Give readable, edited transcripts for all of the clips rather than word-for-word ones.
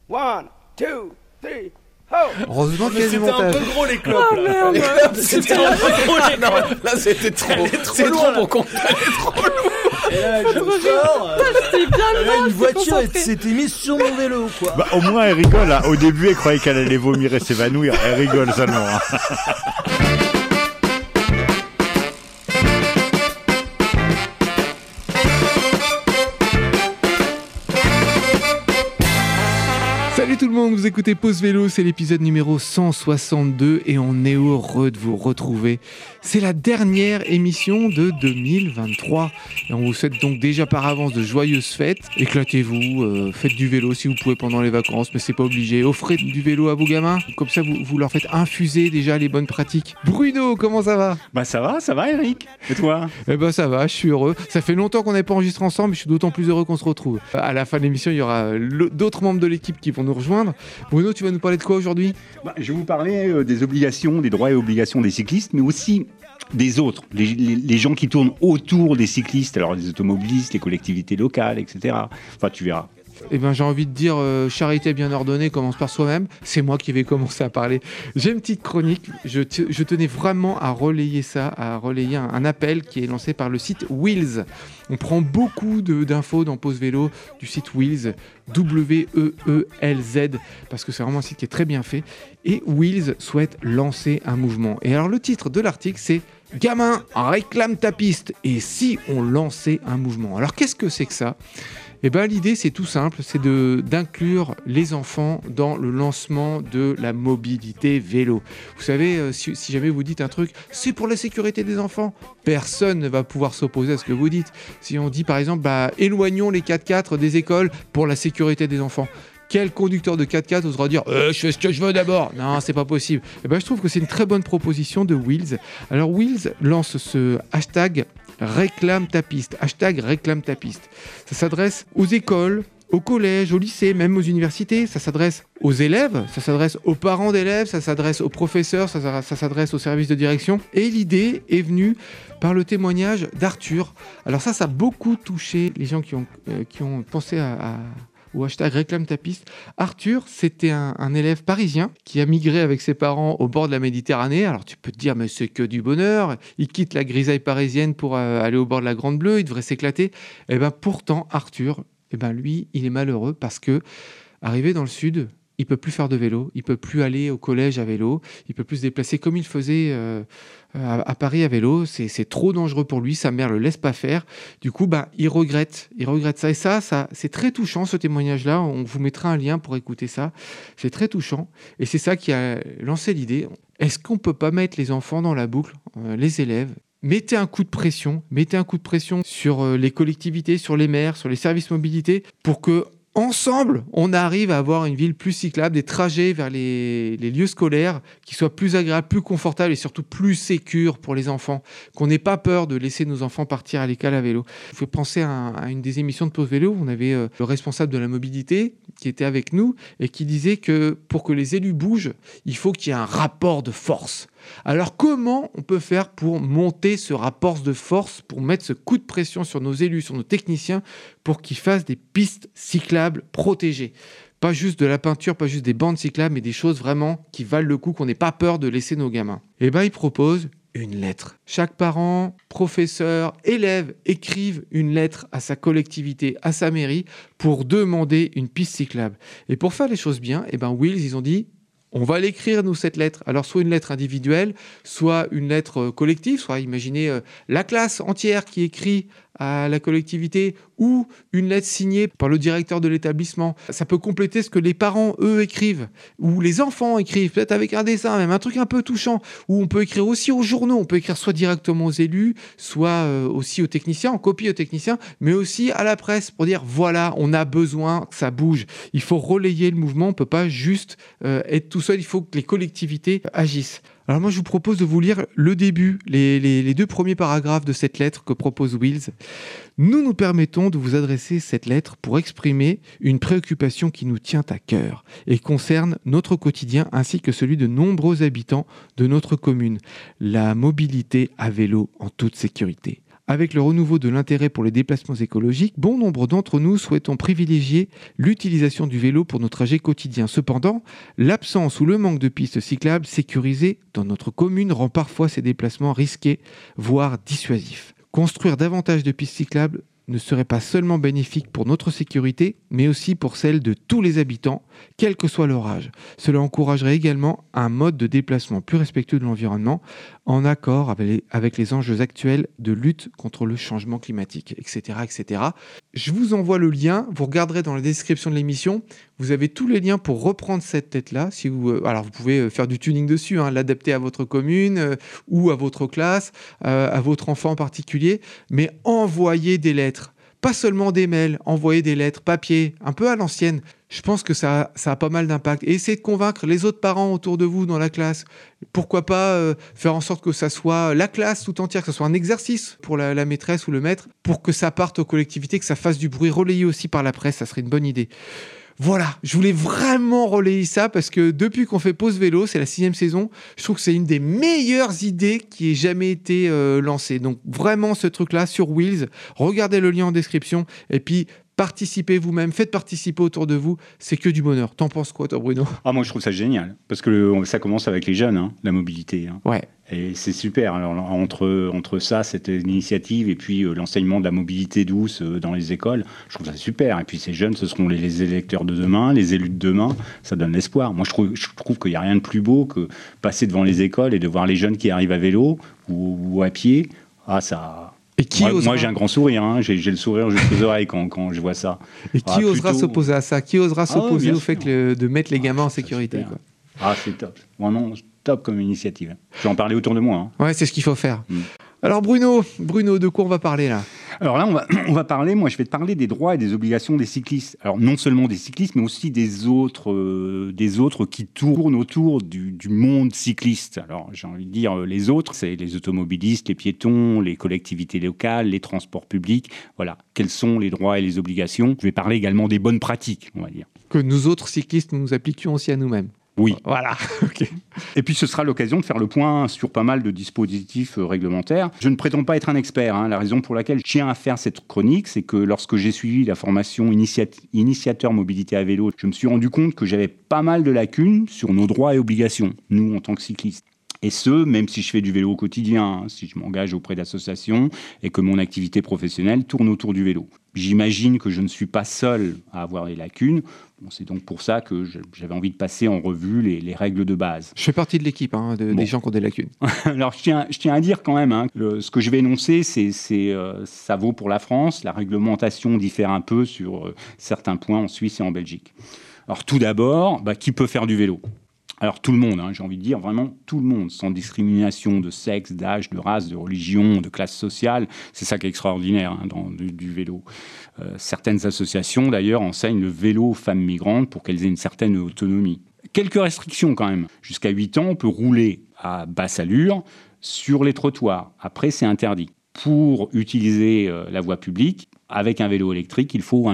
One, two, three, ho! Heureusement qu'il y a du C'était un montage. peu gros les clopes là. Merde. C'était un peu gros les clopes. Là, c'était trop. C'est trop pour qu'on. Et là, je sors. C'était bien Là, loin, une je voiture suis s'était mise sur mon vélo, quoi. Bah, au moins, elle rigole. Hein. Au début, elle croyait qu'elle allait vomir et s'évanouir. Elle rigole seulement. Hein. Salut tout le monde, vous écoutez Pause Vélo, c'est l'épisode numéro 162 et on est heureux de vous retrouver. C'est la dernière émission de 2023 et on vous souhaite donc déjà par avance de joyeuses fêtes. Éclatez-vous, faites du vélo si vous pouvez pendant les vacances, mais c'est pas obligé. Offrez du vélo à vos gamins, comme ça vous leur faites infuser déjà les bonnes pratiques. Bruno, comment ça va ? Bah, ça va, Eric. Et toi ? Eh ben ça va, je suis heureux. Ça fait longtemps qu'on n'avait pas enregistré ensemble, mais je suis d'autant plus heureux qu'on se retrouve. À la fin de l'émission, il y aura d'autres membres de l'équipe qui vont nous rejoindre. Bruno, tu vas nous parler de quoi aujourd'hui ? Bah, je vais vous parler des obligations, des droits et obligations des cyclistes, mais aussi des autres, les gens qui tournent autour des cyclistes, alors les automobilistes, les collectivités locales, etc. Enfin, tu verras. Eh ben, j'ai envie de dire, charité bien ordonnée commence par soi-même. C'est moi qui vais commencer à parler. J'ai une petite chronique. Je tenais vraiment à relayer ça, à relayer un appel qui est lancé par le site Wheels. On prend beaucoup d'infos dans Pause Vélo du site Wheels, W-E-E-L-Z, parce que c'est vraiment un site qui est très bien fait. Et Wheels souhaite lancer un mouvement. Et alors, le titre de l'article, c'est « Gamin, réclame ta piste !» Et si on lançait un mouvement ? Alors, qu'est-ce que c'est que ça ? Eh ben, l'idée, c'est tout simple, c'est d'inclure les enfants dans le lancement de la mobilité vélo. Vous savez, si jamais vous dites un truc, c'est pour la sécurité des enfants, personne ne va pouvoir s'opposer à ce que vous dites. Si on dit par exemple, éloignons les 4x4 des écoles pour la sécurité des enfants. Quel conducteur de 4x4 osera dire je fais ce que je veux d'abord ? Non, c'est pas possible. Eh ben, je trouve que c'est une très bonne proposition de Wheels. Alors Wheels lance ce hashtag réclame ta piste. Hashtag réclame ta piste. Ça s'adresse aux écoles, aux collèges, aux lycées, même aux universités. Ça s'adresse aux élèves, ça s'adresse aux parents d'élèves, ça s'adresse aux professeurs, ça s'adresse aux services de direction. Et l'idée est venue par le témoignage d'Arthur. Alors ça a beaucoup touché les gens qui ont pensé au hashtag réclame ta piste. Arthur, c'était un élève parisien qui a migré avec ses parents au bord de la Méditerranée. Alors tu peux te dire, mais c'est que du bonheur. Il quitte la grisaille parisienne pour aller au bord de la Grande Bleue, il devrait s'éclater. Et bien pourtant, Arthur, lui, il est malheureux parce que, arrivé dans le sud, il peut plus faire de vélo, il peut plus aller au collège à vélo, il peut plus se déplacer comme il faisait à Paris à vélo. C'est trop dangereux pour lui, sa mère le laisse pas faire. Du coup, il regrette ça. Et ça, c'est très touchant, ce témoignage-là. On vous mettra un lien pour écouter ça. C'est très touchant. Et c'est ça qui a lancé l'idée. Est-ce qu'on peut pas mettre les enfants dans la boucle, les élèves ? Mettez un coup de pression sur les collectivités, sur les maires, sur les services mobilité, pour que ensemble, on arrive à avoir une ville plus cyclable, des trajets vers les lieux scolaires qui soient plus agréables, plus confortables et surtout plus sécures pour les enfants, qu'on n'ait pas peur de laisser nos enfants partir à l'école à vélo. Il faut penser à une des émissions de Pause Vélo où on avait le responsable de la mobilité qui était avec nous et qui disait que pour que les élus bougent, il faut qu'il y ait un rapport de force. Alors comment on peut faire pour monter ce rapport de force, pour mettre ce coup de pression sur nos élus, sur nos techniciens, pour qu'ils fassent des pistes cyclables protégées ? Pas juste de la peinture, pas juste des bandes cyclables, mais des choses vraiment qui valent le coup, qu'on n'ait pas peur de laisser nos gamins. Et il propose une lettre. Chaque parent, professeur, élève écrivent une lettre à sa collectivité, à sa mairie, pour demander une piste cyclable. Et pour faire les choses bien, Wheels, ils ont dit, on va l'écrire, nous, cette lettre. Alors, soit une lettre individuelle, soit une lettre collective, soit imaginez la classe entière qui écrit à la collectivité ou une lettre signée par le directeur de l'établissement. Ça peut compléter ce que les parents, eux, écrivent ou les enfants écrivent, peut-être avec un dessin, même un truc un peu touchant, où on peut écrire aussi aux journaux, on peut écrire soit directement aux élus, soit aussi aux techniciens, en copie aux techniciens, mais aussi à la presse pour dire voilà, on a besoin que ça bouge. Il faut relayer le mouvement, on ne peut pas juste être tout seul, il faut que les collectivités agissent. Alors moi, je vous propose de vous lire le début, les 2 premiers paragraphes de cette lettre que propose Wheels. Nous permettons de vous adresser cette lettre pour exprimer une préoccupation qui nous tient à cœur et concerne notre quotidien ainsi que celui de nombreux habitants de notre commune, la mobilité à vélo en toute sécurité. Avec le renouveau de l'intérêt pour les déplacements écologiques, bon nombre d'entre nous souhaitons privilégier l'utilisation du vélo pour nos trajets quotidiens. Cependant, l'absence ou le manque de pistes cyclables sécurisées dans notre commune rend parfois ces déplacements risqués, voire dissuasifs. Construire davantage de pistes cyclables ne serait pas seulement bénéfique pour notre sécurité, mais aussi pour celle de tous les habitants, quel que soit leur âge. Cela encouragerait également un mode de déplacement plus respectueux de l'environnement, en accord avec les enjeux actuels de lutte contre le changement climatique, etc., etc. Je vous envoie le lien, vous regarderez dans la description de l'émission, vous avez tous les liens pour reprendre cette tête-là. Si alors vous pouvez faire du tuning dessus, l'adapter à votre commune ou à votre classe, à votre enfant en particulier, mais envoyez des lettres. Pas seulement des mails, envoyer des lettres, papier, un peu à l'ancienne. Je pense que ça a pas mal d'impact. Et essayez de convaincre les autres parents autour de vous dans la classe. Pourquoi pas faire en sorte que ça soit la classe tout entière, que ce soit un exercice pour la maîtresse ou le maître, pour que ça parte aux collectivités, que ça fasse du bruit, relayé aussi par la presse, ça serait une bonne idée. Voilà, je voulais vraiment relayer ça parce que depuis qu'on fait Pause Vélo, c'est la 6e saison, je trouve que c'est une des meilleures idées qui ait jamais été lancée. Donc vraiment ce truc-là sur Wheels, regardez le lien en description et puis participez vous-même, faites participer autour de vous, c'est que du bonheur. T'en penses quoi toi Bruno ? Moi je trouve ça génial parce que ça commence avec les jeunes, la mobilité. Ouais. Et c'est super. Alors entre ça, cette initiative et puis l'enseignement de la mobilité douce dans les écoles, je trouve ça super. Et puis ces jeunes, ce seront les électeurs de demain, les élus de demain. Ça donne l'espoir. Moi, je trouve qu'il n'y a rien de plus beau que passer devant les écoles et de voir les jeunes qui arrivent à vélo ou à pied. Ça. Et moi, j'ai un grand sourire. J'ai le sourire jusqu'aux oreilles quand je vois ça. Et qui osera s'opposer à ça ? Qui osera s'opposer au fait de mettre les gamins en sécurité, quoi. C'est top. Vraiment top comme initiative. Je vais en parler autour de moi. Ouais, c'est ce qu'il faut faire. Alors Bruno, de quoi on va parler là ? Alors là, on va parler, je vais te parler des droits et des obligations des cyclistes. Alors non seulement des cyclistes, mais aussi des autres qui tournent autour du monde cycliste. Alors j'ai envie de dire les autres, c'est les automobilistes, les piétons, les collectivités locales, les transports publics. Voilà, quels sont les droits et les obligations ? Je vais parler également des bonnes pratiques, on va dire. Que nous autres cyclistes, nous appliquions aussi à nous-mêmes. Oui. Voilà. Okay. Et puis ce sera l'occasion de faire le point sur pas mal de dispositifs réglementaires. Je ne prétends pas être un expert. La raison pour laquelle je tiens à faire cette chronique, c'est que lorsque j'ai suivi la formation initiateur mobilité à vélo, je me suis rendu compte que j'avais pas mal de lacunes sur nos droits et obligations, nous en tant que cyclistes. Et ce, même si je fais du vélo au quotidien, si je m'engage auprès d'associations et que mon activité professionnelle tourne autour du vélo. J'imagine que je ne suis pas seul à avoir des lacunes. C'est donc pour ça que j'avais envie de passer en revue les règles de base. Je fais partie de l'équipe des gens qui ont des lacunes. Alors je tiens à dire quand même, ce que je vais énoncer, ça vaut pour la France. La réglementation diffère un peu sur certains points en Suisse et en Belgique. Alors tout d'abord, qui peut faire du vélo ? Alors tout le monde, j'ai envie de dire vraiment tout le monde, sans discrimination de sexe, d'âge, de race, de religion, de classe sociale. C'est ça qui est extraordinaire dans du vélo. Certaines associations d'ailleurs enseignent le vélo aux femmes migrantes pour qu'elles aient une certaine autonomie. Quelques restrictions quand même. Jusqu'à 8 ans, on peut rouler à basse allure sur les trottoirs. Après, c'est interdit. Pour utiliser la voie publique, avec un vélo électrique, il faut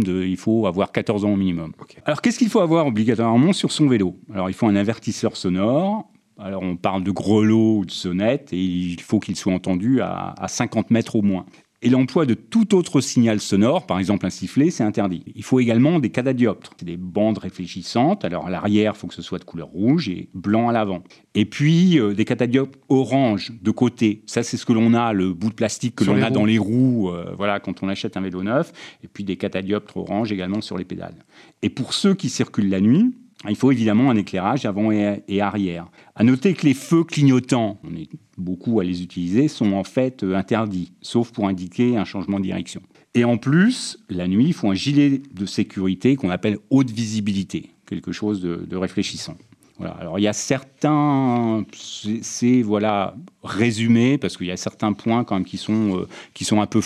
avoir 14 ans au minimum. Okay. Alors, qu'est-ce qu'il faut avoir obligatoirement sur son vélo ? Alors, il faut un avertisseur sonore. Alors, on parle de grelots ou de sonnettes et il faut qu'il soit entendu à 50 mètres au moins. Et l'emploi de tout autre signal sonore, par exemple un sifflet, c'est interdit. Il faut également des catadioptres, c'est des bandes réfléchissantes. Alors à l'arrière, il faut que ce soit de couleur rouge et blanc à l'avant. Et puis des catadioptres orange de côté. Ça, c'est ce que l'on a, le bout de plastique que l'on a dans les roues, quand on achète un vélo neuf. Et puis des catadioptres orange également sur les pédales. Et pour ceux qui circulent la nuit, il faut évidemment un éclairage avant et arrière. À noter que les feux clignotants, on est beaucoup à les utiliser, sont en fait interdits, sauf pour indiquer un changement de direction. Et en plus, la nuit, il faut un gilet de sécurité qu'on appelle haute visibilité, quelque chose de réfléchissant. Voilà. Alors il y a certains, résumé, parce qu'il y a certains points quand même qui sont un peu flous.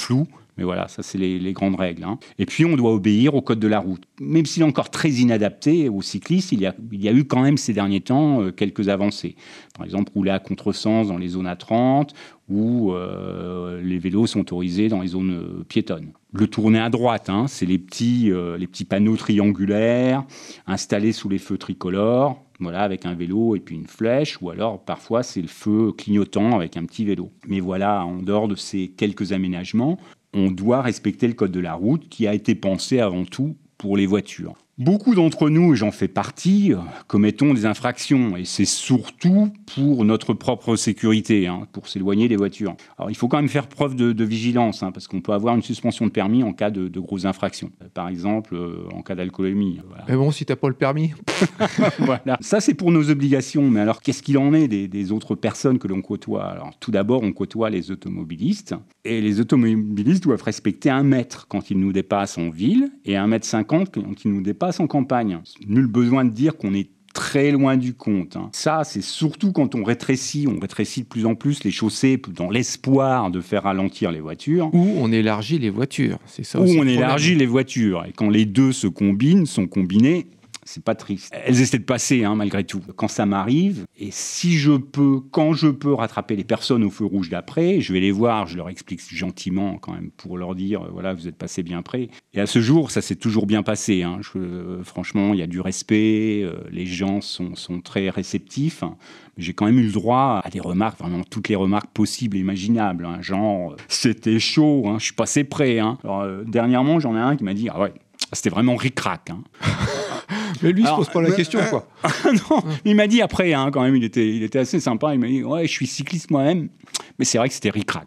Mais voilà, ça c'est les grandes règles. Et puis on doit obéir au code de la route. Même s'il est encore très inadapté aux cyclistes, il y a eu quand même ces derniers temps quelques avancées. Par exemple, rouler à contresens dans les zones à 30 ou les vélos sont autorisés dans les zones piétonnes. Le tourner à droite, c'est les petits panneaux triangulaires installés sous les feux tricolores. Voilà, avec un vélo et puis une flèche, ou alors parfois c'est le feu clignotant avec un petit vélo. Mais voilà, en dehors de ces quelques aménagements, on doit respecter le code de la route qui a été pensé avant tout pour les voitures. Beaucoup d'entre nous, et j'en fais partie, commettons des infractions, et c'est surtout pour notre propre sécurité, pour s'éloigner des voitures. Alors il faut quand même faire preuve de vigilance, parce qu'on peut avoir une suspension de permis en cas de grosses infractions. Par exemple, en cas d'alcoolémie. Voilà. Mais bon, si t'as pas le permis... Voilà. Ça, c'est pour nos obligations. Mais alors, qu'est-ce qu'il en est des autres personnes que l'on côtoie ? Alors, tout d'abord, on côtoie les automobilistes. Et les automobilistes doivent respecter 1 mètre quand ils nous dépassent en ville et 1,50 m quand ils nous dépassent en campagne. Nul besoin de dire qu'on est très loin du compte. Ça, c'est surtout quand on rétrécit de plus en plus les chaussées dans l'espoir de faire ralentir les voitures. Ou on élargit les voitures, c'est ça aussi. Ou on élargit les voitures. Et quand les deux sont combinés, c'est pas triste. Elles essaient de passer, malgré tout. Quand ça m'arrive, et quand je peux rattraper les personnes au feu rouge d'après, je vais les voir, je leur explique gentiment quand même pour leur dire, voilà, vous êtes passé bien près. Et à ce jour, ça s'est toujours bien passé. Franchement, il y a du respect, les gens sont très réceptifs. J'ai quand même eu le droit à des remarques, vraiment toutes les remarques possibles et imaginables. Genre, c'était chaud, je suis passé près. Alors, dernièrement, j'en ai un qui m'a dit, ah ouais, c'était vraiment ric-rac. Mais lui, il se pose pas la question, quoi. Non, il m'a dit après, quand même, il était assez sympa. Il m'a dit, ouais, je suis cycliste moi-même, mais c'est vrai que c'était ric-rac.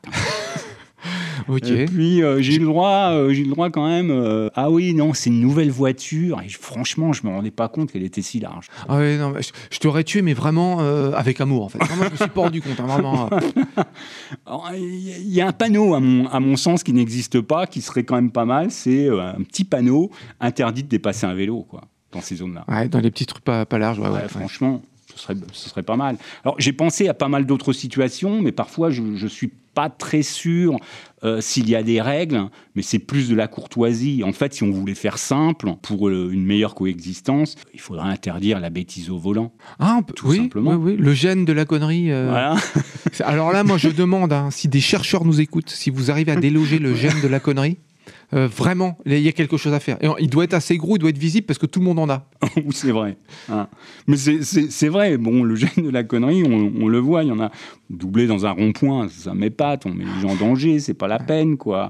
Ok. Et puis j'ai eu le droit quand même. Ah oui, non, c'est une nouvelle voiture. Et franchement, je me rendais pas compte qu'elle était si large. Ah ouais, non, je t'aurais tué, mais vraiment avec amour, en fait. Vraiment, je me suis pas rendu compte, vraiment. Il y a un panneau, à mon sens, qui n'existe pas, qui serait quand même pas mal. C'est un petit panneau interdit de dépasser un vélo, quoi, dans ces zones-là. Ouais, dans les petits trucs pas larges. Ouais. Franchement, ce serait pas mal. Alors, j'ai pensé à pas mal d'autres situations, mais parfois, je suis pas très sûr s'il y a des règles, mais c'est plus de la courtoisie. En fait, si on voulait faire simple, pour une meilleure coexistence, il faudrait interdire la bêtise au volant. Ah, tout simplement. Oui, le gène de la connerie. Voilà. Alors là, moi, je demande, si des chercheurs nous écoutent, si vous arrivez à déloger le gène de la connerie, vraiment, il y a quelque chose à faire. Et il doit être assez gros, il doit être visible parce que tout le monde en a. C'est vrai. Mais c'est vrai. Bon, le gène de la connerie, on le voit. Il y en a doublé dans un rond-point. Ça m'épate. On met les gens en danger. C'est pas la peine, quoi.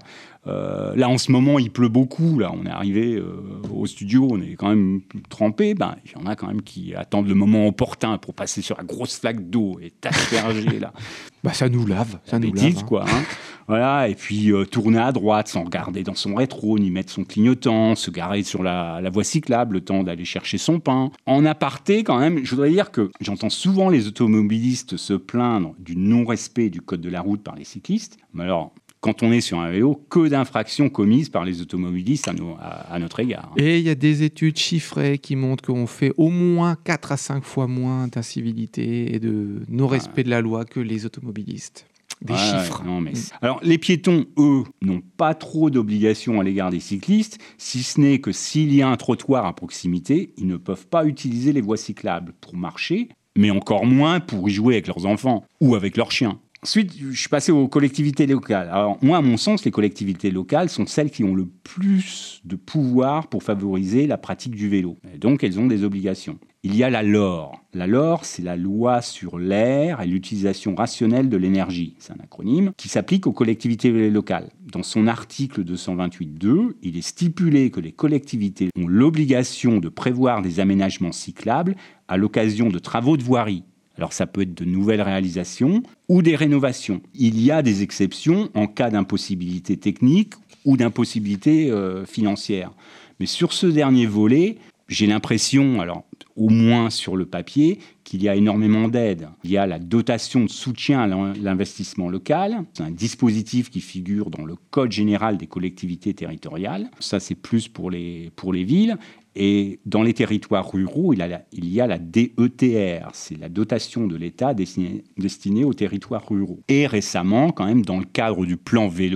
Là, en ce moment, il pleut beaucoup. Là, on est arrivé au studio, on est quand même trempé. Il y en a quand même qui attendent le moment opportun pour passer sur la grosse flaque d'eau et t'asperger là. Ça nous lave, quoi. Voilà. Et puis tourner à droite sans regarder dans son rétro, ni mettre son clignotant, se garer sur la voie cyclable, le temps d'aller chercher son pain. En aparté, quand même, je voudrais dire que j'entends souvent les automobilistes se plaindre du non-respect du code de la route par les cyclistes. Mais alors, quand on est sur un vélo, que d'infractions commises par les automobilistes à notre égard. Et il y a des études chiffrées qui montrent qu'on fait au moins 4 à 5 fois moins d'incivilité et de non-respect de la loi que les automobilistes. Des chiffres. Non, mais... Alors, les piétons, eux, n'ont pas trop d'obligations à l'égard des cyclistes, si ce n'est que s'il y a un trottoir à proximité, ils ne peuvent pas utiliser les voies cyclables pour marcher, mais encore moins pour y jouer avec leurs enfants ou avec leurs chiens. Ensuite, je suis passé aux collectivités locales. Alors, moi, à mon sens, les collectivités locales sont celles qui ont le plus de pouvoir pour favoriser la pratique du vélo. Et donc, elles ont des obligations. Il y a la LOR. La LOR, c'est la loi sur l'air et l'utilisation rationnelle de l'énergie. C'est un acronyme qui s'applique aux collectivités locales. Dans son article 228.2, il est stipulé que les collectivités ont l'obligation de prévoir des aménagements cyclables à l'occasion de travaux de voirie. Alors ça peut être de nouvelles réalisations ou des rénovations. Il y a des exceptions en cas d'impossibilité technique ou d'impossibilité financière. Mais sur ce dernier volet, j'ai l'impression, alors au moins sur le papier, qu'il y a énormément d'aides. Il y a la dotation de soutien à l'investissement local. C'est un dispositif qui figure dans le Code général des collectivités territoriales. Ça, c'est plus pour les villes. Et dans les territoires ruraux, il y a la DETR, c'est la dotation de l'État destinée aux territoires ruraux. Et récemment, quand même, dans le cadre du plan vélo,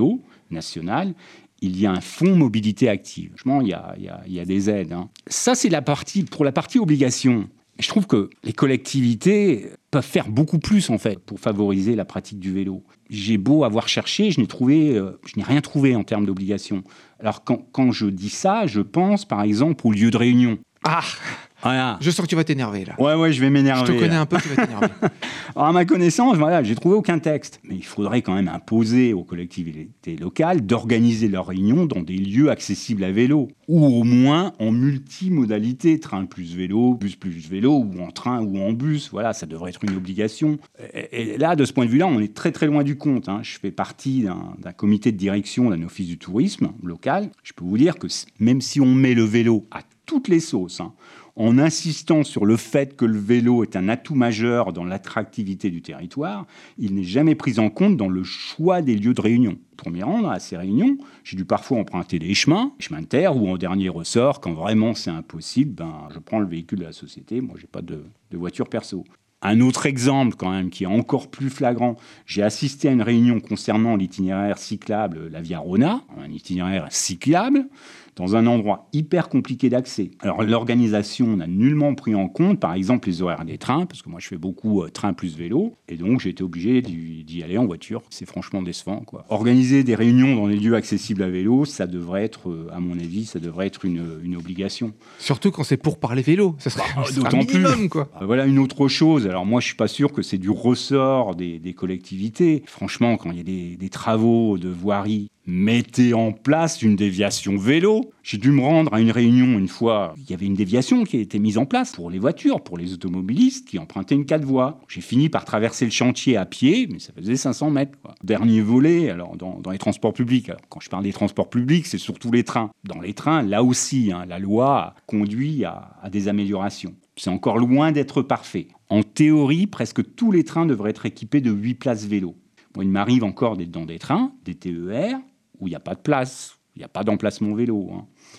national, il y a un fonds mobilité active. Franchement, il y a des aides. Ça, c'est pour la partie obligation. Je trouve que les collectivités peuvent faire beaucoup plus, en fait, pour favoriser la pratique du vélo. J'ai beau avoir cherché, je n'ai rien trouvé en termes d'obligation. Alors, quand je dis ça, je pense, par exemple, au lieu de réunion. Ah, voilà. je sens que tu vas t'énerver, là. Ouais, je vais m'énerver. Je te connais un peu, tu vas t'énerver. Alors, à ma connaissance, voilà, j'ai trouvé aucun texte. Mais il faudrait quand même imposer aux collectivités locales d'organiser leurs réunions dans des lieux accessibles à vélo. Ou au moins en multimodalité, train plus vélo, bus plus vélo, ou en train ou en bus. Voilà, ça devrait être une obligation. Et là, de ce point de vue-là, on est très très loin du compte. Je fais partie d'un comité de direction d'un office du tourisme local. Je peux vous dire que même si on met le vélo à toutes les sauces, en insistant sur le fait que le vélo est un atout majeur dans l'attractivité du territoire, il n'est jamais pris en compte dans le choix des lieux de réunion. Premier rang, à ces réunions, j'ai dû parfois emprunter des chemins de terre, ou en dernier ressort, quand vraiment c'est impossible, je prends le véhicule de la société, moi j'ai pas de voiture perso. Un autre exemple quand même qui est encore plus flagrant, j'ai assisté à une réunion concernant l'itinéraire cyclable, la Via Rona, un itinéraire cyclable, dans un endroit hyper compliqué d'accès. Alors l'organisation n'a nullement pris en compte, par exemple, les horaires des trains, parce que moi je fais beaucoup train plus vélo, et donc j'ai été obligé d'y aller en voiture. C'est franchement décevant, quoi. Organiser des réunions dans des lieux accessibles à vélo, ça devrait être, à mon avis, ça devrait être une obligation. Surtout quand c'est pour parler vélo, ça serait d'autant un minimum, plus. Quoi. Voilà une autre chose. Alors moi je suis pas sûr que c'est du ressort des collectivités. Franchement, quand il y a des travaux de voirie, mettez en place une déviation vélo. J'ai dû me rendre à une réunion une fois. Il y avait une déviation qui a été mise en place pour les voitures, pour les automobilistes qui empruntaient une 4 voies. J'ai fini par traverser le chantier à pied, mais ça faisait 500 mètres. Quoi. Dernier volet, alors dans les transports publics. Alors, quand je parle des transports publics, c'est surtout les trains. Dans les trains, là aussi, la loi conduit à des améliorations. C'est encore loin d'être parfait. En théorie, presque tous les trains devraient être équipés de 8 places vélo. Bon, il m'arrive encore d'être dans des trains, des TER, où il n'y a pas de place, il n'y a pas d'emplacement vélo.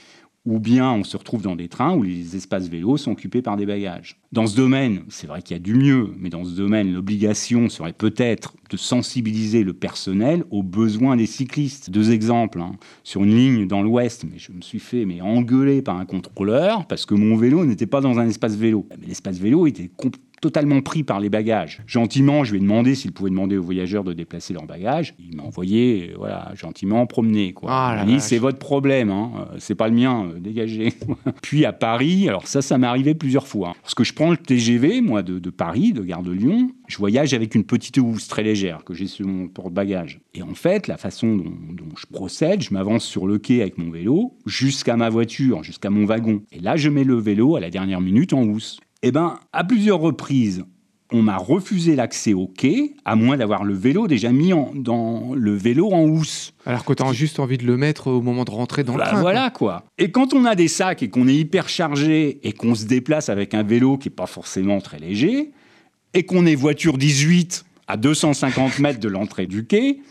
Ou bien on se retrouve dans des trains où les espaces vélos sont occupés par des bagages. Dans ce domaine, c'est vrai qu'il y a du mieux, mais dans ce domaine, l'obligation serait peut-être de sensibiliser le personnel aux besoins des cyclistes. 2 exemples. Sur une ligne dans l'Ouest, mais je me suis fait engueuler par un contrôleur parce que mon vélo n'était pas dans un espace vélo. Mais l'espace vélo était totalement pris par les bagages. Gentiment, je lui ai demandé s'il pouvait demander aux voyageurs de déplacer leurs bagages. Il m'a envoyé, gentiment promener. Quoi. Il m'a dit, c'est votre problème, c'est pas le mien, dégagez. Puis à Paris, alors ça m'est arrivé plusieurs fois. Parce que je prends le TGV, moi, de Paris, de Gare de Lyon, je voyage avec une petite housse très légère que j'ai sur mon porte-bagages. Et en fait, la façon dont je procède, je m'avance sur le quai avec mon vélo jusqu'à ma voiture, jusqu'à mon wagon. Et là, je mets le vélo à la dernière minute en housse. À plusieurs reprises, on m'a refusé l'accès au quai, à moins d'avoir le vélo déjà mis dans le vélo en housse. Alors que tu as juste envie de le mettre au moment de rentrer dans le train. Voilà, quoi. Et quand on a des sacs et qu'on est hyper chargé et qu'on se déplace avec un vélo qui n'est pas forcément très léger, et qu'on est voiture 18 à 250 mètres de l'entrée du quai,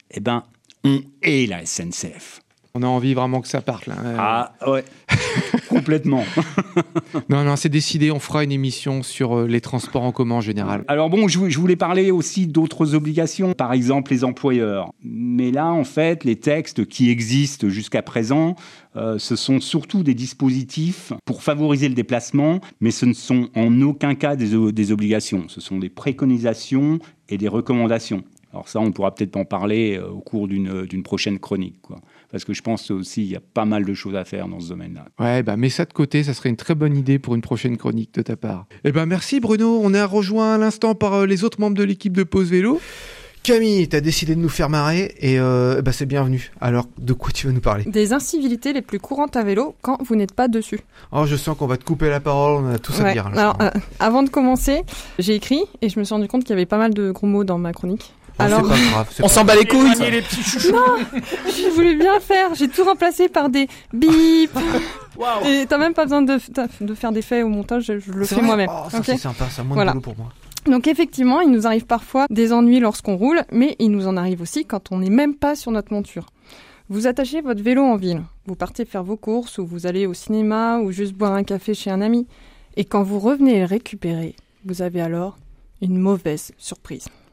on hait la SNCF. On a envie vraiment que ça parte, là. Ah, ouais. Complètement. Non, c'est décidé. On fera une émission sur les transports en commun en général. Alors bon, je voulais parler aussi d'autres obligations. Par exemple, les employeurs. Mais là, en fait, les textes qui existent jusqu'à présent, ce sont surtout des dispositifs pour favoriser le déplacement, mais ce ne sont en aucun cas des obligations. Ce sont des préconisations et des recommandations. Alors ça, on pourra peut-être en parler au cours d'une prochaine chronique, quoi. Parce que je pense aussi qu'il y a pas mal de choses à faire dans ce domaine-là. Ouais, mets ça de côté, ça serait une très bonne idée pour une prochaine chronique de ta part. Merci Bruno, on est rejoint à l'instant par les autres membres de l'équipe de Pause Vélo. Camille, t'as décidé de nous faire marrer et c'est bienvenu. Alors, de quoi tu vas nous parler ? Des incivilités les plus courantes à vélo quand vous n'êtes pas dessus. Oh, je sens qu'on va te couper la parole, on a tout ça à dire. Alors, avant de commencer, j'ai écrit et je me suis rendu compte qu'il y avait pas mal de gros mots dans ma chronique. Alors, c'est pas grave. On s'en bat les couilles. Les petits chouchous. Non, je voulais bien faire. J'ai tout remplacé par des bips. Wow. Et t'as même pas besoin de faire des faits au montage. Je le fais moi-même. Oh, ça c'est sympa, ça moins de boulot pour moi. Donc effectivement, il nous arrive parfois des ennuis lorsqu'on roule, mais il nous en arrive aussi quand on n'est même pas sur notre monture. Vous attachez votre vélo en ville. Vous partez faire vos courses ou vous allez au cinéma ou juste boire un café chez un ami. Et quand vous revenez le récupérer, vous avez alors une mauvaise surprise.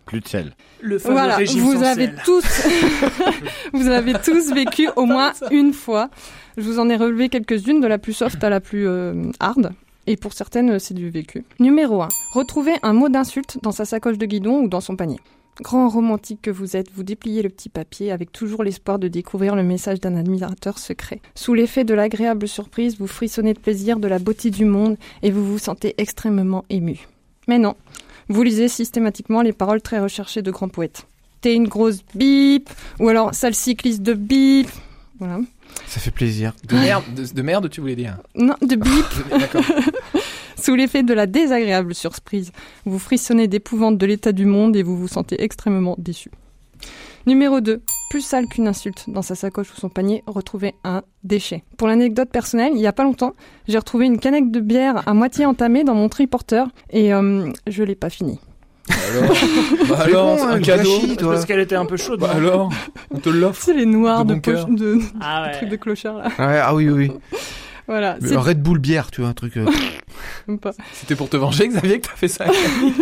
Plus de sel. Le fameux Voilà, régime vous sans avez sel. tous, vous avez tous vécu au moins une fois. Je vous en ai relevé quelques-unes, de la plus soft à la plus hard. Et pour certaines, c'est du vécu. Numéro 1. Retrouvez un mot d'insulte dans sa sacoche de guidon ou dans son panier. Grand romantique que vous êtes, vous dépliez le petit papier avec toujours l'espoir de découvrir le message d'un admirateur secret. Sous l'effet de l'agréable surprise, vous frissonnez de plaisir de la beauté du monde et vous vous sentez extrêmement ému. Mais non, vous lisez systématiquement les paroles très recherchées de grands poètes. T'es une grosse bip, ou alors sale cycliste de bip. Voilà. Ça fait plaisir. De merde, tu voulais dire? Non, de bip. D'accord. Sous l'effet de la désagréable surprise, vous frissonnez d'épouvante de l'état du monde et vous vous sentez extrêmement déçu. Numéro 2. Plus sale qu'une insulte. Dans sa sacoche ou son panier, retrouvez un déchet. Pour l'anecdote personnelle, il y a pas longtemps, j'ai retrouvé une canette de bière à moitié entamée dans mon triporteur et je l'ai pas fini. Alors, bon, un un cadeau. gâchis, toi. Parce qu'elle était un peu chaude. Bah non alors, on te l'offre. C'est les noirs De de, bon cœur. de Ah ouais. trucs de clochard là. Ouais, ah oui. Voilà, Mais c'est Red Bull bière, tu vois, un truc. pas. C'était pour te venger, Xavier, que t'as fait ça. Moi,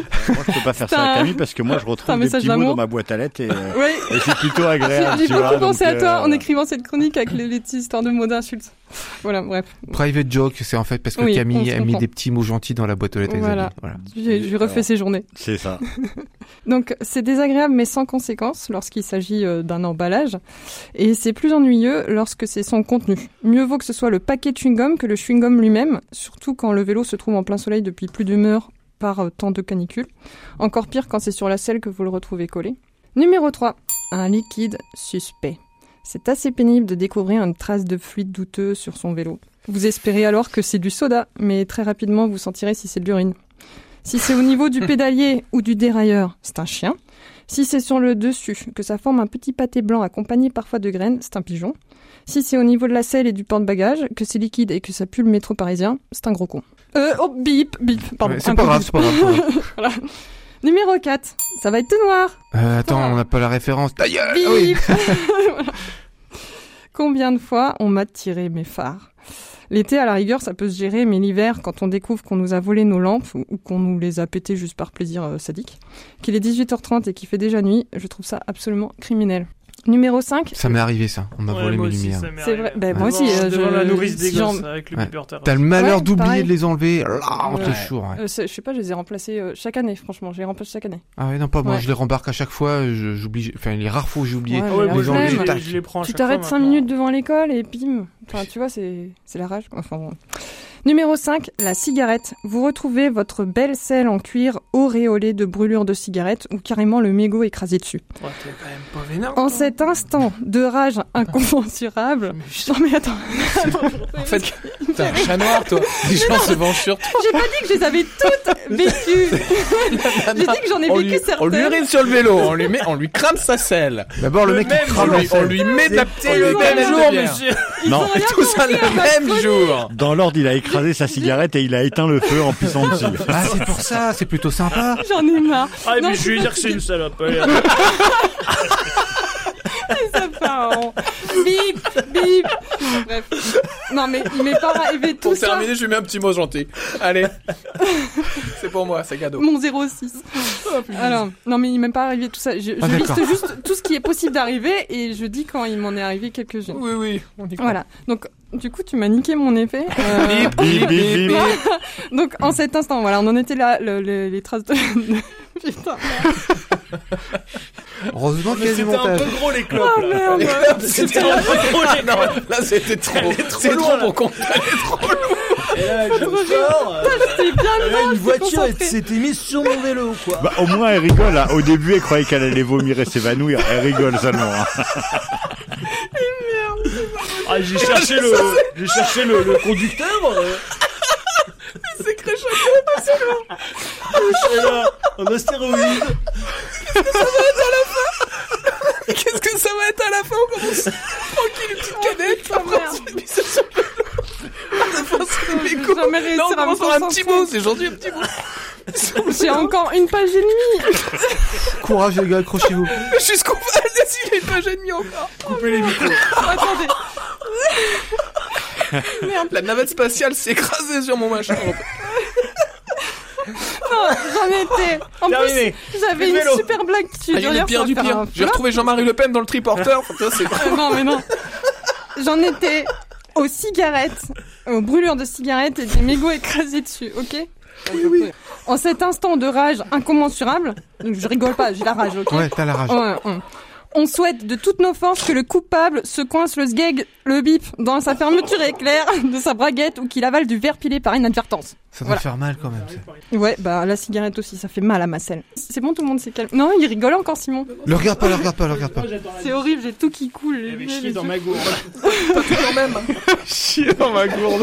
je peux pas faire ça à Camille parce que moi, je C'est un retrouve des message petits mots d'amour. dans ma boîte à lettres et Oui, c'est plutôt agréable. j'ai tu vois, beaucoup pensé donc, à toi en écrivant cette chronique avec les petites histoires de mots d'insultes. Voilà, bref. Private joke, c'est en fait parce que Oui, on Camille se a mis comprend. des petits mots gentils dans la boîte aux lettres. Voilà. Voilà. J'ai refait ces journées. C'est ça. Donc, c'est désagréable mais sans conséquence lorsqu'il s'agit d'un emballage. Et c'est plus ennuyeux lorsque c'est son contenu. Mieux vaut que ce soit le paquet de chewing-gum que le chewing-gum lui-même, surtout quand le vélo se trouve en plein soleil depuis plus d'une heure par temps de canicule. Encore pire quand c'est sur la selle que vous le retrouvez collé. Numéro 3. Un liquide suspect. C'est assez pénible de découvrir une trace de fluide douteux sur son vélo. Vous espérez alors que c'est du soda, mais très rapidement vous sentirez si c'est de l'urine. Si c'est au niveau du pédalier ou du dérailleur, c'est un chien. Si c'est sur le dessus, que ça forme un petit pâté blanc accompagné parfois de graines, c'est un pigeon. Si c'est au niveau de la selle et du porte-bagages, que c'est liquide et que ça pue le métro parisien, c'est un gros con. Bip, pardon. Ouais, c'est un pas gros grave, bip. c'est pas grave. Voilà. Numéro 4, ça va être tout noir. Attends, on n'a pas la référence. Ta gueule. Bip Ah oui. Voilà. Combien de fois on m'a tiré mes phares ? L'été, à la rigueur, ça peut se gérer, mais l'hiver, quand on découvre qu'on nous a volé nos lampes ou qu'on nous les a pétées juste par plaisir sadique, qu'il est 18h30 et qu'il fait déjà nuit, je trouve ça absolument criminel. Numéro 5. Ça m'est arrivé ça, on m'a Ouais, volé moi mes aussi, lumières. ça m'est C'est arrivé. vrai. Ben, moi aussi, Devant la nourrice des si j'en- gosses avec le Ouais. biporteur. T'as le malheur Ouais, d'oublier pareil. de les enlever. Là, on te Ouais. choure. Ouais. Je sais pas, je les ai remplacés chaque année, franchement. Je les remplace chaque année. Ah ouais, non, pas moi, Ouais. je les rembarque à chaque fois. J'oublie, enfin, les rares fois où j'ai oublié. Ouais, Ah ouais, la moi les enlever, flemme. tac. je les prends à Tu chaque t'arrêtes fois 5 maintenant. minutes devant l'école et bim. Enfin, tu vois, c'est la rage. Enfin, bon. Numéro 5, la cigarette. Vous retrouvez votre belle selle en cuir auréolée de brûlure de cigarette ou carrément le mégot écrasé dessus. Ouais, t'es quand même pas vénard. En toi. cet instant de rage incommensurable. Non mais attends. En fait, t'es un chat noir, toi. Les gens se vengent sur toi. J'ai pas dit que je les avais toutes vécues. J'ai dit que j'en ai On vécu lui certaines. urine sur le vélo, on lui crame sa selle. D'abord, le mec, il crame la On selle. lui met de la C'est le canette même de jour, bière. monsieur. Ils Non. ont rien Tout ça compris à le ma même chronique. jour. Dans l'ordre, il a écrasé sa cigarette et il a éteint le feu en pissant dessus. Ah, c'est pour ça, c'est plutôt sympa. J'en ai marre. Ah, et Non, puis je vais lui c'est dire que c'est une salope. Allez. Ça part en bip, bip. Bref. Non mais il m'est pas arrivé tout Pour ça. terminer, je lui mets un petit mot gentil. Allez. C'est pour moi, c'est cadeau. Mon 06. Alors, non mais il m'est pas arrivé tout ça. Je Ah, liste d'accord. juste tout ce qui est possible d'arriver et je dis quand il m'en est arrivé quelques-unes. Oui, on y croit. Voilà. Donc, du coup, tu m'as niqué mon effet. Bip, Bip, bip, bip. Donc, en cet instant, voilà, on en était là, les traces de... Putain. Heureusement qu'il y a du C'était un montage. peu gros les clopes. Oh là. merde. C'était un peu gros les Non, clopes. là c'était trop. C'est loin, trop là. pour qu'on. Et là, je sors. J'étais bien Là, dedans, une j'étais voiture concentrée. s'était mise sur mon vélo, quoi. Bah, au moins, elle rigole. Là. Au début, elle croyait qu'elle allait vomir et s'évanouir. Elle rigole seulement. Hein. Ah, j'ai cherché le conducteur. C'est craché. Et là, en astéroïde. Qu'est-ce que ça va être à la fin? On commence tranquille, une petite canette. Après, on se fait pisser sur le vélo. À la fin, c'est Je vais méco. jamais Là, réussir on à me commence par un petit concentrer. mot. C'est gentil, un petit mot. J'ai encore une page et demie. Courage, les gars, accrochez-vous. Jusqu'au fin, s'il est pas génial encore. Coupez les micros. Attendez. Merde. La navette spatiale s'est écrasée sur mon machin. J'en étais. En Terminé. plus, j'avais Plus de une vélo. super blague. Tu Ah, il y en a pire du pire. J'ai retrouvé Jean-Marie Le Pen dans le triporteur. Enfin, ça, c'est... Non, mais non. J'en étais aux cigarettes, aux brûlures de cigarettes et des mégots écrasés dessus, ok? Oui. En cet instant de rage incommensurable, donc je rigole pas, j'ai la rage, ok? Ouais, t'as la rage. Ouais. On souhaite de toutes nos forces que le coupable se coince le sgeg, le bip, dans sa fermeture éclair de sa braguette ou qu'il avale du verre pilé par inadvertance. Ça doit Voilà. faire mal quand même. ça. Ouais, bah la cigarette aussi, ça fait mal à ma selle. C'est bon, tout le monde s'est calme. Non, il rigole encore, Simon. Le regarde pas. C'est horrible, j'ai tout qui coule. Il avait chié dans ma gourde. Pas toujours même. Chier dans ma gourde.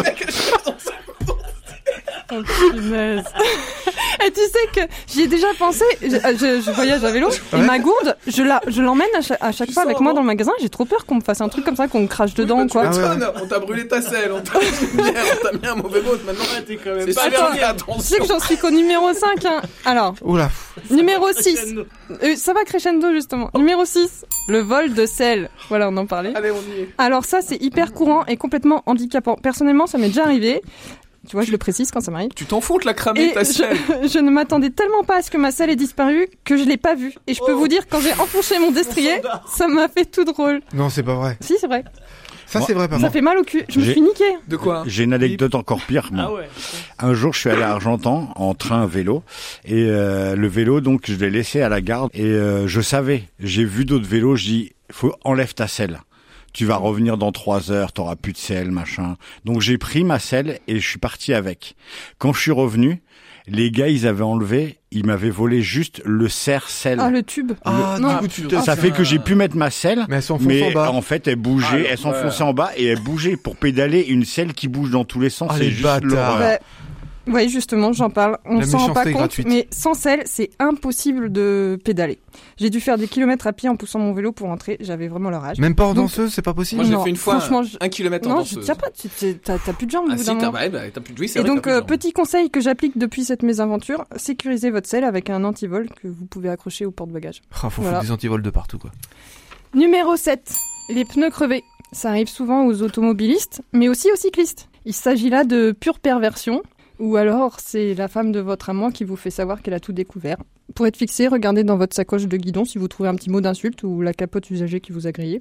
Oh, punaise. Et tu sais que j'y ai déjà pensé, je voyage à vélo, et ma gourde, je l'emmène à chaque fois avec moi dans le magasin, j'ai trop peur qu'on me fasse un truc comme ça, qu'on me crache dedans, quoi. Ah ouais. On t'a brûlé ta selle, on t'a mis une bière, on t'a mis un mauvais mot. Maintenant, t'es quand même pas Attends, vernis, Tu sais attention. que j'en suis qu'au numéro 5, hein. Alors, Oula. numéro 6. Ça va crescendo, justement. Numéro 6. Le vol de sel. Voilà, on en parlait. Allez, on y est. Alors ça, c'est hyper courant et complètement handicapant. Personnellement, ça m'est déjà arrivé. Tu vois, je le précise quand ça m'arrive. Tu t'en fous de la cramer, Et ta selle. je ne m'attendais tellement pas à ce que ma selle ait disparu que je l'ai pas vue. Et je peux vous dire, quand j'ai enfoncé mon destrier, ça m'a fait tout drôle. Non, c'est pas vrai. Si, c'est vrai. Ça, c'est vrai, pas Ça moi. fait mal au cul. Je me J'ai- suis niqué. De quoi? J'ai une anecdote encore pire. Moi. Ah ouais. Un jour, je suis allé à Argentan en train vélo et le vélo, donc, je l'ai laissé à la gare et je savais. J'ai vu d'autres vélos. Je dis, enlève ta selle. Tu vas revenir dans 3 heures, t'auras plus de selle, machin. Donc j'ai pris ma selle et je suis parti avec. Quand je suis revenu, les gars, ils avaient enlevé, ils m'avaient volé juste le serre-selle. Ah, le tube. Ah, Non. du coup, tu te... Ça fait que j'ai pu mettre ma selle, Mais elles s'enfoncent mais en bas. en fait, elle bougeait, elle s'enfonçait en bas et elle bougeait. Pour pédaler, une selle qui bouge dans tous les sens, Ah, c'est les juste bâtards. l'horreur. Bah, oui, justement, j'en parle. On La s'en rend pas méchanceté compte, gratuite. mais sans selle, c'est impossible de pédaler. J'ai dû faire des kilomètres à pied en poussant mon vélo pour rentrer. J'avais vraiment la rage. Même pas en Donc- danseuse, c'est pas possible. Moi, je l'ai Non, fait une fois, franchement, 1 kilomètre en Non, danseuse. je tiens pas. T'as plus de jambes. au Ah bout si, d'un t'as moment. plus de... Oui, c'est Et vrai, donc, t'as plus de jambes. petit conseil que j'applique depuis cette mésaventure, sécurisez votre selle avec un antivol que vous pouvez accrocher au porte-bagages. Ah, faut Voilà. foutre des antivols de partout, quoi. Numéro 7. Les pneus crevés. Ça arrive souvent aux automobilistes, mais aussi aux cyclistes. Il s'agit là de pure perversion, ou alors c'est la femme de votre amant qui vous fait savoir qu'elle a tout découvert. Pour être fixé, regardez dans votre sacoche de guidon si vous trouvez un petit mot d'insulte ou la capote usagée qui vous a grillé.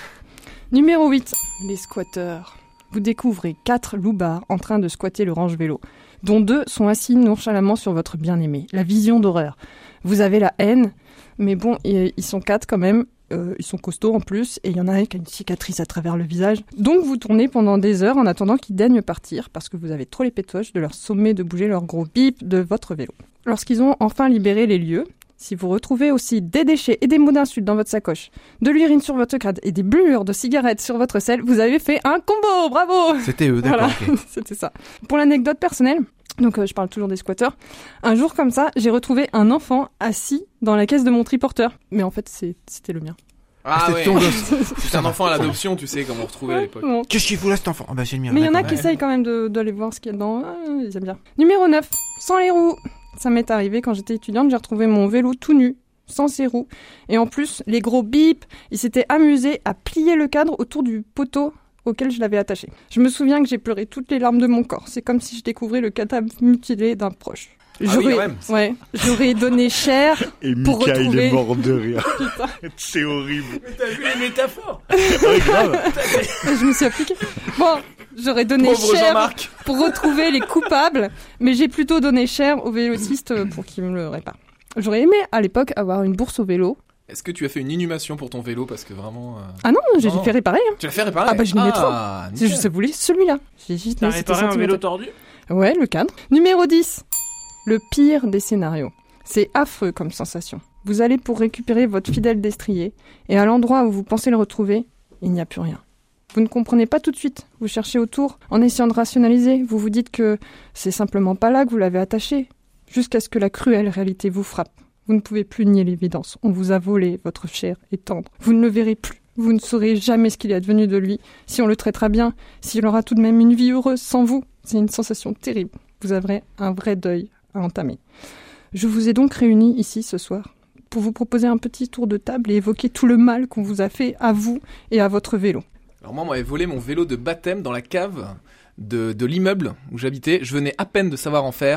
Numéro 8. Les squatteurs. Vous découvrez 4 loupards en train de squatter le range vélo, dont 2 sont assis nonchalamment sur votre bien-aimé. La vision d'horreur. Vous avez la haine, mais bon, ils sont 4 quand même. Ils sont costauds en plus, et il y en a un qui a une cicatrice à travers le visage. Donc vous tournez pendant des heures en attendant qu'ils daignent partir, parce que vous avez trop les pétoches de leur sommet de bouger leur gros bip de votre vélo. Lorsqu'ils ont enfin libéré les lieux, si vous retrouvez aussi des déchets et des mots d'insultes dans votre sacoche, de l'urine sur votre crâne et des brûlures de cigarettes sur votre selle, vous avez fait un combo, bravo! C'était eux, d'accord, Voilà, ok. c'était ça. Pour l'anecdote personnelle, donc je parle toujours des squatteurs, un jour comme ça, j'ai retrouvé un enfant assis dans la caisse de mon triporteur. Mais en fait, c'était le mien. Ah C'était ouais. ton gosse. C'est un enfant à l'adoption, tu sais, comme on retrouvait à l'époque. Bon. Qu'est-ce qu'il fout là, cet enfant? Ah bah, c'est le mien. Mais il y en a d'accord. qui essayent quand même d'aller voir ce qu'il y a dedans. Ah, ils aiment bien. Numéro 9. Sans les roues. Ça m'est arrivé quand j'étais étudiante, j'ai retrouvé mon vélo tout nu, sans ses roues. Et en plus, les gros bips, ils s'étaient amusés à plier le cadre autour du poteau auquel je l'avais attaché. Je me souviens que j'ai pleuré toutes les larmes de mon corps. C'est comme si je découvrais le cadavre mutilé d'un proche. Ah oui, quand même. Ouais, j'aurais donné cher. Et Pour Mika, il retrouver- est mort de rire. C'est horrible. Mais t'as vu les métaphores? Ouais, grave. Je me suis appliquée. Bon, j'aurais donné Pauvre cher Jean-Marc. pour retrouver les coupables, mais j'ai plutôt donné cher aux vélocistes pour qu'ils me le réparent. J'aurais aimé à l'époque avoir une bourse au vélo. Est-ce que tu as fait une inhumation pour ton vélo? Parce que vraiment... Ah non, j'ai Non. fait réparer. Hein. Tu l'as fait réparer? Ah bah, je l'aimais Ah, C'est nickel. je voulais celui-là. J'ai juste T'as mis, c'était réparé un vélo sentimental. tordu? Ouais, le cadre. Numéro 10. Le pire des scénarios. C'est affreux comme sensation. Vous allez pour récupérer votre fidèle destrier, et à l'endroit où vous pensez le retrouver, il n'y a plus rien. Vous ne comprenez pas tout de suite. Vous cherchez autour, en essayant de rationaliser. Vous vous dites que c'est simplement pas là que vous l'avez attaché, jusqu'à ce que la cruelle réalité vous frappe. Vous ne pouvez plus nier l'évidence. On vous a volé votre chair et tendre. Vous ne le verrez plus. Vous ne saurez jamais ce qu'il est advenu de lui, si on le traitera bien, s'il aura tout de même une vie heureuse sans vous. C'est une sensation terrible. Vous aurez un vrai deuil à entamer. Je vous ai donc réunis ici ce soir pour vous proposer un petit tour de table et évoquer tout le mal qu'on vous a fait à vous et à votre vélo. Alors moi, on m'avait volé mon vélo de baptême dans la cave de l'immeuble où j'habitais. Je venais à peine de savoir en faire.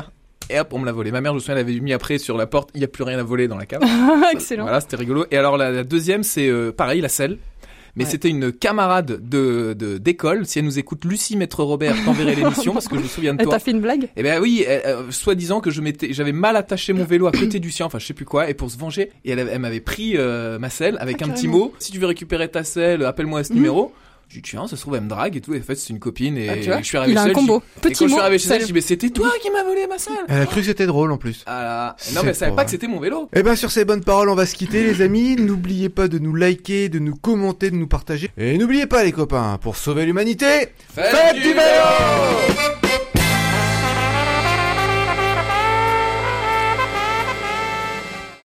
et hop, on me l'a volé. Ma mère, je me souviens, elle avait mis après sur la porte, il n'y a plus rien à voler dans la cave. Excellent. Voilà, c'était rigolo. Et alors la deuxième, c'est pareil, la selle. Mais c'était une camarade d'école. Si elle nous écoute, Lucie Maître Robert, t'enverrai l'émission parce que je me souviens de Elle toi. t'a fait une blague? Eh ben oui, soi-disant que j'avais mal attaché mon vélo à côté du sien, enfin je sais plus quoi, et pour se venger, et elle m'avait pris ma selle avec un petit mot. Si tu veux récupérer ta selle, appelle-moi à ce numéro. J'ai dit tiens, ça se trouve elle me drague et tout. Et en fait c'est une copine et tu vois, je suis arrivé il a seul. un combo. Et quand je suis arrivé chez elle, selle. je dis mais c'était toi qui m'as volé ma selle. Elle a cru que c'était drôle en plus. Ah là. Non mais elle savait pas que c'était mon vélo. Et ben sur ces bonnes paroles, on va se quitter les amis. N'oubliez pas de nous liker, de nous commenter, de nous partager. Et n'oubliez pas les copains, pour sauver l'humanité, Faites du vélo.